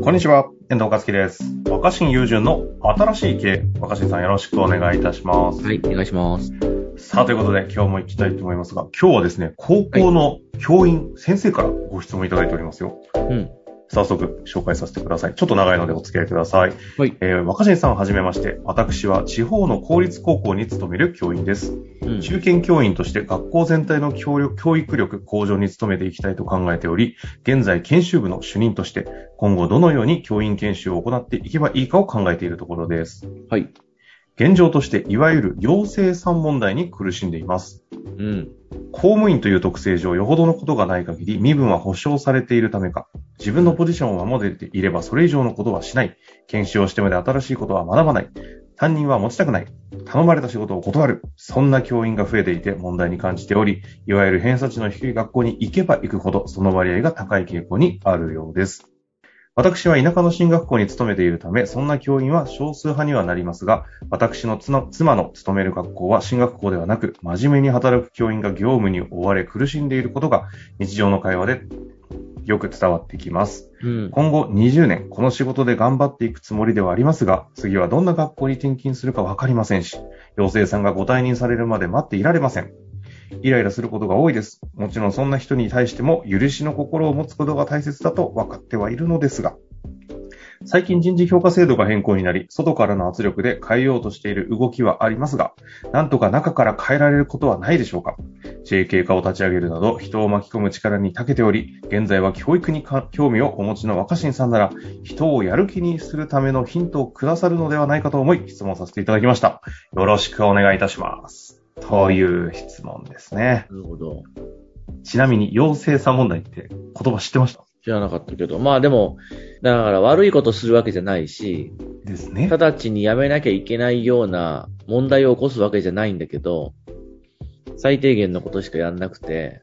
こんにちは、遠藤和樹です。若新雄純の新しい経営。若新さんよろしくお願いいたします。 はい、お願いします。 さあ、ということで今日も行きたいと思いますが、今日はですね、高校の教員、先生からご質問いただいておりますよ。早速紹介させてください。ちょっと長いのでお付き合いください。 はい。 若新さんはじめまして、私は地方の公立高校に勤める教員です。中堅教員として学校全体の教育力向上に努めていきたいと考えており、現在研修部の主任として今後どのように教員研修を行っていけばいいかを考えているところです。 はい。 現状としていわゆる養成3問題に苦しんでいます。公務員という特性上よほどのことがない限り身分は保障されているためか、自分のポジションを守れていればそれ以上のことはしない、研修をしてまで新しいことは学ばない、担任は持ちたくない、頼まれた仕事を断る、そんな教員が増えていて問題に感じており、いわゆる偏差値の低い学校に行けば行くほどその割合が高い傾向にあるようです。私は田舎の進学校に勤めているため、そんな教員は少数派にはなりますが、私の妻の勤める学校は進学校ではなく、真面目に働く教員が業務に追われ苦しんでいることが日常の会話でよく伝わってきます。今後20年、この仕事で頑張っていくつもりではありますが、次はどんな学校に転勤するかわかりませんし、養成さんがご退任されるまで待っていられません。イライラすることが多いです。もちろんそんな人に対しても許しの心を持つことが大切だと分かってはいるのですが、最近人事評価制度が変更になり、外からの圧力で変えようとしている動きはありますが、なんとか中から変えられることはないでしょうか。JK 化を立ち上げるなど人を巻き込む力に長けており、現在は教育に興味をお持ちの若新さんなら、人をやる気にするためのヒントをくださるのではないかと思い、質問させていただきました。よろしくお願いいたします。という質問ですね。 なるほど。 ちなみに、養成3問題って言葉知ってました？ 知らなかったけど。まあでも、だから悪いことするわけじゃないし、 ですね。 直ちにやめなきゃいけないような問題を起こすわけじゃないんだけど、最低限のことしかやんなくて。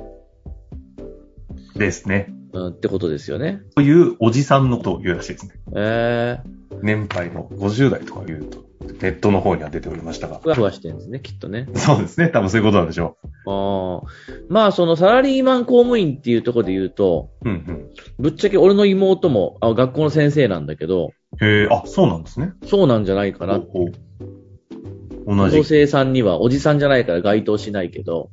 ですね。 ってことですよね。 というおじさんのことを言うらしいですね。 年配の50代とか言うと、ネットの方には出ておりましたが。 ふわふわしてるんですね、きっとね。 そうですね。多分そういうことなんでしょう。 まあ、そのサラリーマン公務員っていうところで言うと、ぶっちゃけ俺の妹も学校の先生なんだけど。 そうなんですね。 そうなんじゃないかな。 同じ。 女性さんにはおじさんじゃないから該当しないけど、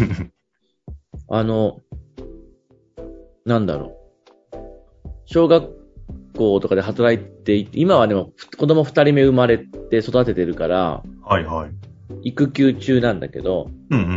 なんだろう。小学校とかで働いていて、今はでも子供2人目生まれて育ててるから、 はいはい。 育休中なんだけど、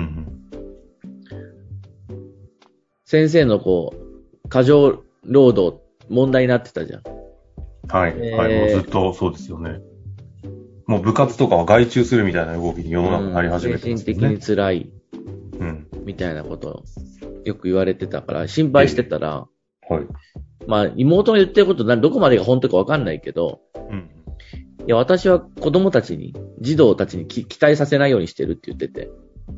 先生の過剰労働問題になってたじゃん。 はい。はい。もうずっとそうですよね。もう部活とかは外注するみたいな動きに世の中になり始めてますね。 精神的に辛い。みたいなことをよく言われてたから心配してたら、まあ妹の言ってることどこまでが本当かわかんないけど、いや私は子供たちに、児童たちに期待させないようにしてるって言ってて。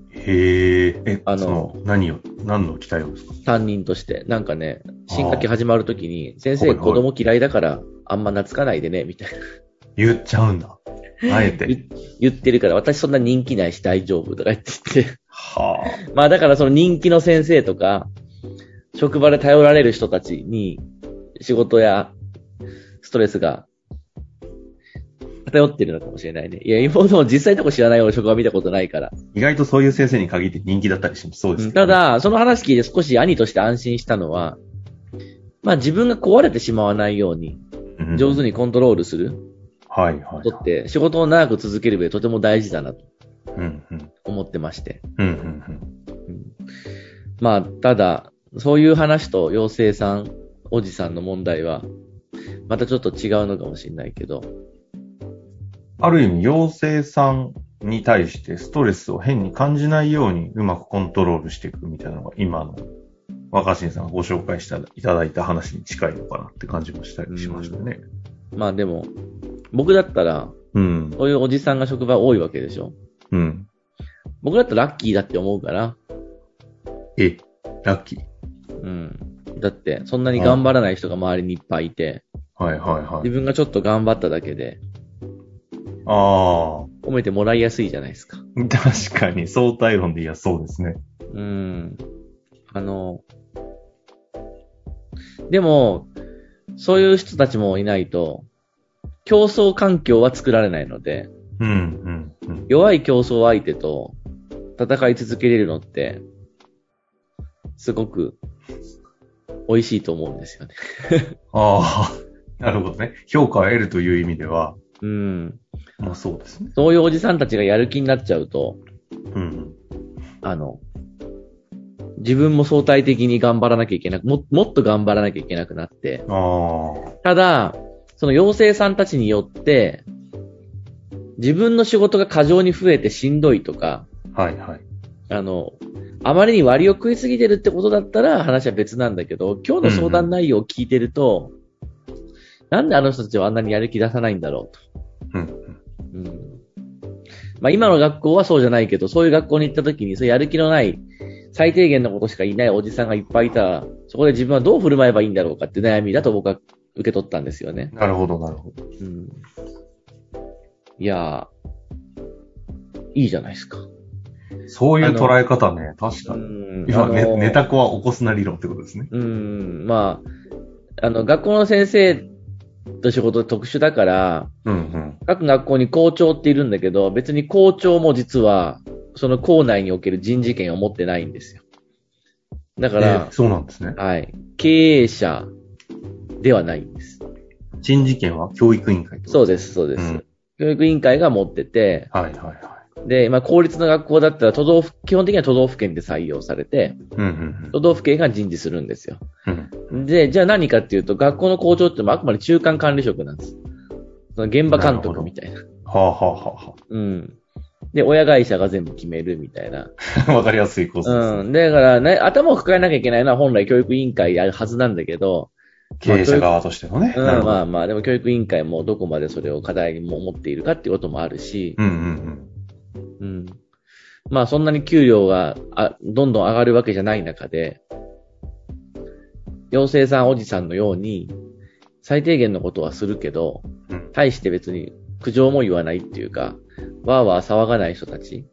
何の期待をですか？ 担任として。なんかね、新学期始まるときに、先生子供嫌いだからあんま懐かないでね、みたいな。 言っちゃうんだ。あえて。 言ってるから、私そんな人気ないし大丈夫とか言ってて。まあだからその人気の先生とか、職場で頼られる人たちに仕事やストレスが偏ってるのかもしれないね。いや、妹も実際のとこ知らないよ、職場見たことないから。 意外とそういう先生に限って人気だったりしそうですね。 ただ、その話聞いて少し兄として安心したのは、まあ自分が壊れてしまわないように、上手にコントロールする。ことって、仕事を長く続ける上でとても大事だなと。思ってまして。まあ、ただ、そういう話と妖精さん、おじさんの問題は、またちょっと違うのかもしれないけど。 ある意味、妖精さんに対してストレスを変に感じないようにうまくコントロールしていくみたいなのが今の若新さんがご紹介いただいた話に近いのかなって感じもしたりしましたね。 まあでも、僕だったら、そういうおじさんが職場多いわけでしょ。僕だったらラッキーだって思うから。 ラッキー？ だって、そんなに頑張らない人が周りにいっぱいいて、自分がちょっと頑張っただけで、褒めてもらいやすいじゃないですか。 確かに、相対論で言えばそうですね。 でも、 そういう人たちもいないと、競争環境は作られないので、弱い競争相手と戦い続けれるのって、すごく美味しいと思うんですよね。 ああ、なるほどね。評価を得るという意味では。まあそうですね。 そういうおじさんたちがやる気になっちゃうと、自分も相対的に頑張らなきゃいけなく、もっと頑張らなきゃいけなくなって、ただ、その妖精さんたちによって、自分の仕事が過剰に増えてしんどいとか、あまりに割を食いすぎてるってことだったら話は別なんだけど、今日の相談内容を聞いてると、なんであの人たちはあんなにやる気出さないんだろうと。まあ今の学校はそうじゃないけど、そういう学校に行った時に、そういうやる気のない、最低限のことしかいないおじさんがいっぱいいたら、そこで自分はどう振る舞えばいいんだろうかって悩みだと僕は受け取ったんですよね。 なるほど、なるほど。 いやー、いいじゃないですか。 そういう捉え方ね、確かに。今、ネタ子は起こすな理論ってことですね。 まあ、学校の先生と仕事特殊だから、各学校に校長っているんだけど、別に校長も実は、その校内における人事権を持ってないんですよ。だから、 そうなんですね。 はい。経営者ではないんです。 人事権は教育委員会ってことそうです、そうです。教育委員会が持ってて、で、まあ、公立の学校だったら基本的には都道府県で採用されて、都道府県が人事するんですよ。で、じゃあ何かっていうと、学校の校長ってあくまで中間管理職なんです。その現場監督みたいな。で、親会社が全部決めるみたいな。 わかりやすいコースですね。だからね、頭を抱えなきゃいけないのは本来教育委員会やるはずなんだけど、 経営者側としてもね。 まあ、でも教育委員会もどこまでそれを課題にも持っているかっていうこともあるし、まあそんなに給料がどんどん上がるわけじゃない中で、妖精さんおじさんのように最低限のことはするけど、対して別に苦情も言わないっていうか、わーわー騒がない人たち。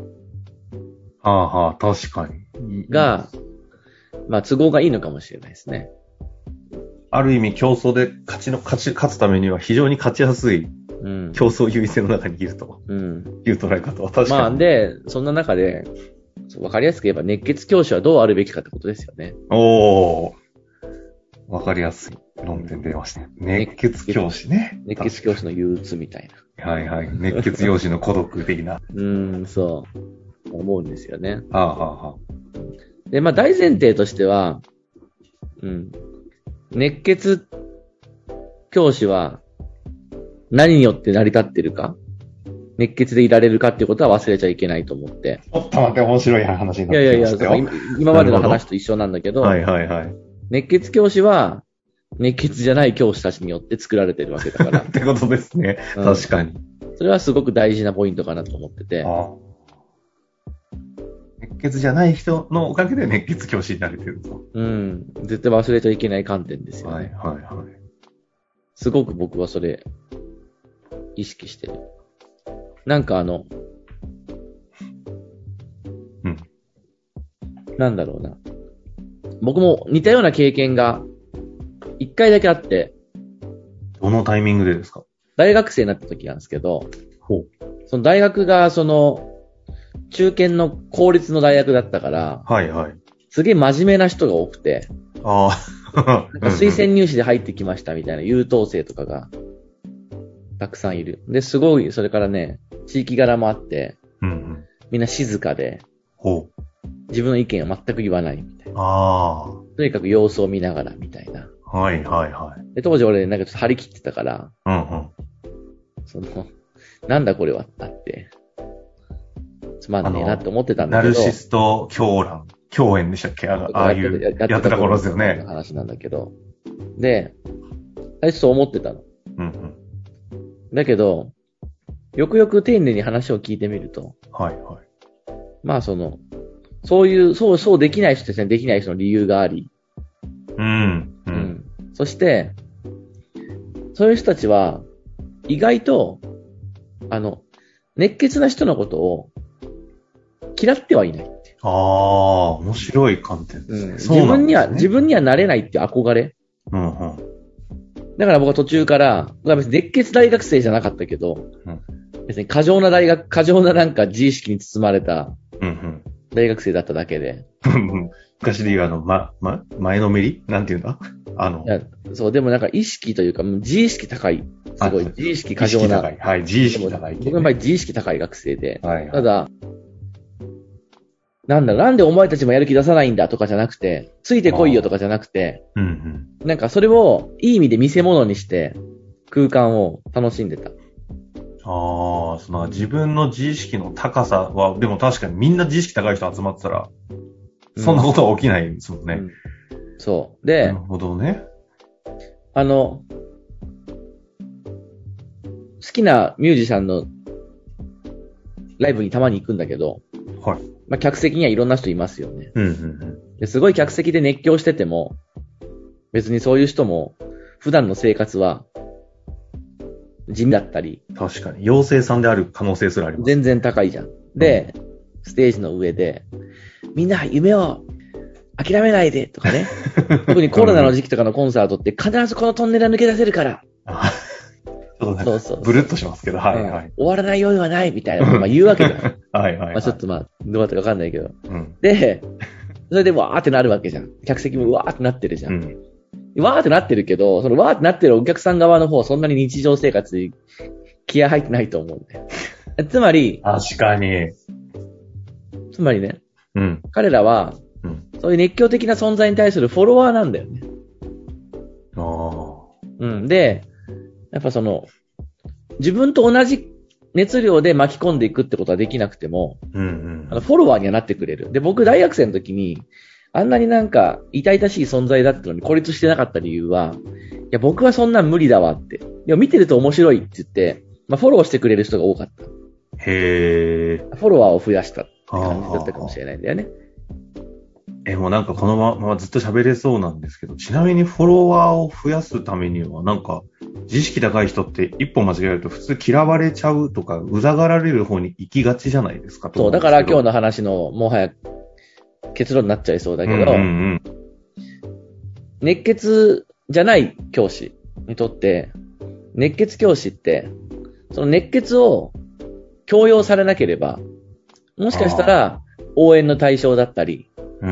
確かに。 が、まあ都合がいいのかもしれないですね。 ある意味競争で勝つためには非常に勝ちやすい競争優位性の中にいるという捉え方は確かに。 まあで、そんな中で、わかりやすく言えば熱血教師はどうあるべきかってことですよね。 わかりやすい論点出ました。熱血教師ね。 熱血教師の憂鬱みたいな。熱血教師の孤独的な。 そう。思うんですよね。で、まあ大前提としては、熱血教師は何によって成り立ってるか、熱血でいられるかっていうことは忘れちゃいけないと思って。 ちょっと待って、面白い話になってきましたよ。 今までの話と一緒なんだけど、熱血教師は熱血じゃない教師たちによって作られてるわけだから。 ってことですね。確かに。 それはすごく大事なポイントかなと思ってて。 熱血じゃない人のおかげで熱血教師になれてると。 絶対忘れちゃいけない観点ですよね。すごく僕はそれ、意識してる。なんかなんだろうな。僕も似たような経験が一回だけあって。 どのタイミングでですか？ 大学生になった時なんですけど、その大学が中堅の公立の大学だったから、すげえ真面目な人が多くて、推薦入試で入ってきましたみたいな優等生とかがたくさんいる。で、すごい、それからね、地域柄もあって、みんな静かで、自分の意見を全く言わないみたいな。とにかく様子を見ながらみたいな。で、当時俺なんかちょっと張り切ってたから、なんだこれはってなって、つまんねえなって思ってたんだけど。 ナルシスト狂演でしたっけ？ああいうやってた頃ですよね。 話なんだけど。で、最初そう思ってたの。だけど、よくよく丁寧に話を聞いてみると、まあそうできない人ですね、できない人の理由があり。そして、そういう人たちは、意外と、熱血な人のことを嫌ってはいないって。 面白い観点ですね。 自分にはなれないっていう憧れだから僕は途中から、僕は別に熱血大学生じゃなかったけど、別に過剰ななんか自意識に包まれた大学生だっただけで。 昔で言う前のめりなんていうんだいやそう、でもなんか意識というか、自意識高い。すごい、自意識過剰な。 はい、自意識高い。 僕はやっぱり自意識高い学生で。はいはい、ただ、なんでお前たちもやる気出さないんだとかじゃなくて、ついてこいよとかじゃなくて、なんかそれをいい意味で見せ物にして空間を楽しんでた。 その自分の自意識の高さは、でも確かにみんな自意識高い人集まってたら、そんなことは起きないですもんね。 そう。で、 なるほどね。 好きなミュージシャンのライブにたまに行くんだけど、はい。まあ、客席にはいろんな人いますよね。ですごい客席で熱狂してても、別にそういう人も、普段の生活は、地味だったり。 確かに。妖精さんである可能性すらあります。 全然高いじゃん。で、ステージの上で、みんな夢を諦めないでとかね。特にコロナの時期とかのコンサートって必ずこのトンネルは抜け出せるから。 そうブルッとしますけど、はいはい。 終わらないようではないみたいなことを言うわけだよ。はいはい、はい。ちょっとどうだったかわかんないけど。で、それでわーってなるわけじゃん。客席もわーってなってるじゃん。わーってなってるけど、そのわーってなってるお客さん側の方、そんなに日常生活に気合入ってないと思うんだよ。つまり、 確かに。 つまりね、彼らは、そういう熱狂的な存在に対するフォロワーなんだよね。で、やっぱ自分と同じ熱量で巻き込んでいくってことはできなくても、フォロワーにはなってくれる。で、僕大学生の時に、あんなになんか痛々しい存在だったのに孤立してなかった理由は、いや、僕はそんなん無理だわって。でも見てると面白いって言って、フォローしてくれる人が多かった。 へー。 フォロワーを増やしたって感じだったかもしれないんだよね。 もうなんかこのままずっと喋れそうなんですけど、ちなみにフォロワーを増やすためには、なんか、自意識高い人って一歩間違えると普通嫌われちゃうとか、うざがられる方に行きがちじゃないですか。 そう、だから今日の話のもはや結論になっちゃいそうだけど、熱血じゃない教師にとって、熱血教師って、その熱血を強要されなければ、もしかしたら応援の対象だったり、フ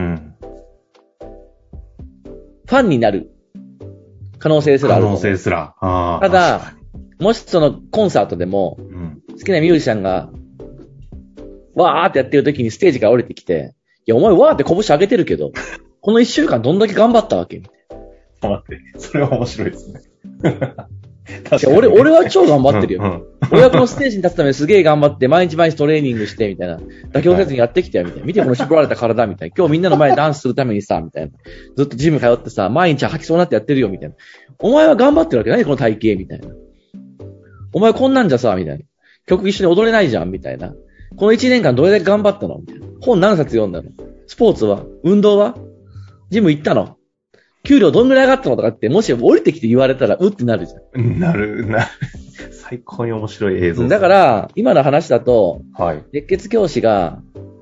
ァンになる可能性すらある。 可能性すら。 ただ、もしそのコンサートでも、好きなミュージシャンが、わーってやってる時にステージから降りてきて、いや、お前わーって拳上げてるけど、この一週間どんだけ頑張ったわけみたいな。待って、それは面白いですね。 俺は超頑張ってるよ。俺はこのステージに立つためにすげえ頑張って、毎日トレーニングして、みたいな。妥協せずにやってきたよ、みたいな。見てこの絞られた体、みたいな。今日みんなの前でダンスするためにさ、みたいな。ずっとジム通ってさ、毎日吐きそうになってやってるよ、みたいな。お前は頑張ってるわけないこの体型、みたいな。お前こんなんじゃさ、みたいな。曲一緒に踊れないじゃん、みたいな。この1年間どれだけ頑張ったのみたいな。本何冊読んだの？スポーツは？運動は？ジム行ったの？給料どんぐらい上がったのとかって、もし降りてきて言われたら、ってなるじゃん。 なる。最高に面白い映像。 だから、今の話だと、熱血教師が、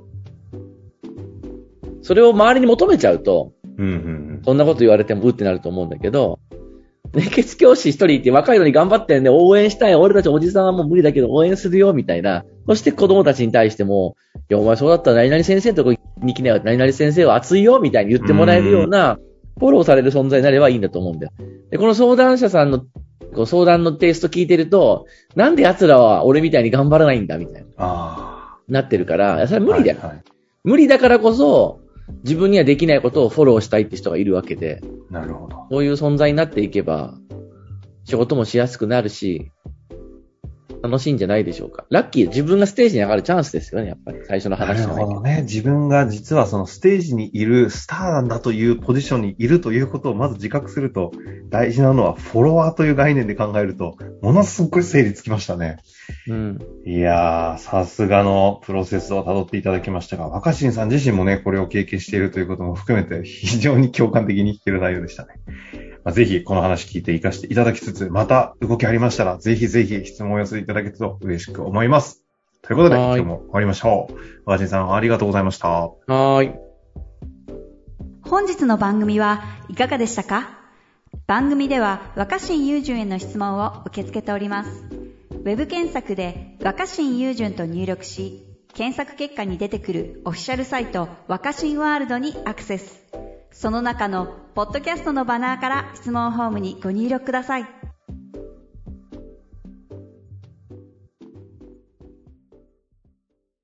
それを周りに求めちゃうと、そんなこと言われても、ってなると思うんだけど、熱血教師一人いて若いのに頑張ってんで応援したい。俺たちおじさんはもう無理だけど応援するよ、みたいな。そして子供たちに対しても、いや、お前そうだったら何々先生のとこに来なよ。何々先生は熱いよ、みたいに言ってもらえるような、フォローされる存在になればいいんだと思うんだよ。で、この相談者さんの相談のテイスト聞いてると、なんで奴らは俺みたいに頑張らないんだみたいな。なってるから、それは無理だよ。無理だからこそ、自分にはできないことをフォローしたいって人がいるわけで。 なるほど。 そういう存在になっていけば、仕事もしやすくなるし、楽しいんじゃないでしょうか。ラッキー、自分がステージに上がるチャンスですよね、やっぱり。最初の話じゃないけど。 なるほどね。自分が実はそのステージにいるスターなんだというポジションにいるということをまず自覚すると、大事なのはフォロワーという概念で考えると、ものすごい整理つきましたね。いやー、さすがのプロセスを辿っていただきましたが、若新さん自身もね、これを経験しているということも含めて、非常に共感的に聞ける内容でしたね。ぜひこの話聞いて活かしていただきつつ、また動きありましたら、ぜひぜひ質問を寄せていただけると嬉しく思います。ということで、今日も終わりましょう。若新さん、ありがとうございました。 本日の番組はいかがでしたか？ 番組では若新雄純への質問を受け付けております。ウェブ検索で若新雄純と入力し、検索結果に出てくるオフィシャルサイト若新ワールドにアクセス。その中のポッドキャストのバナーから質問フォームにご入力ください。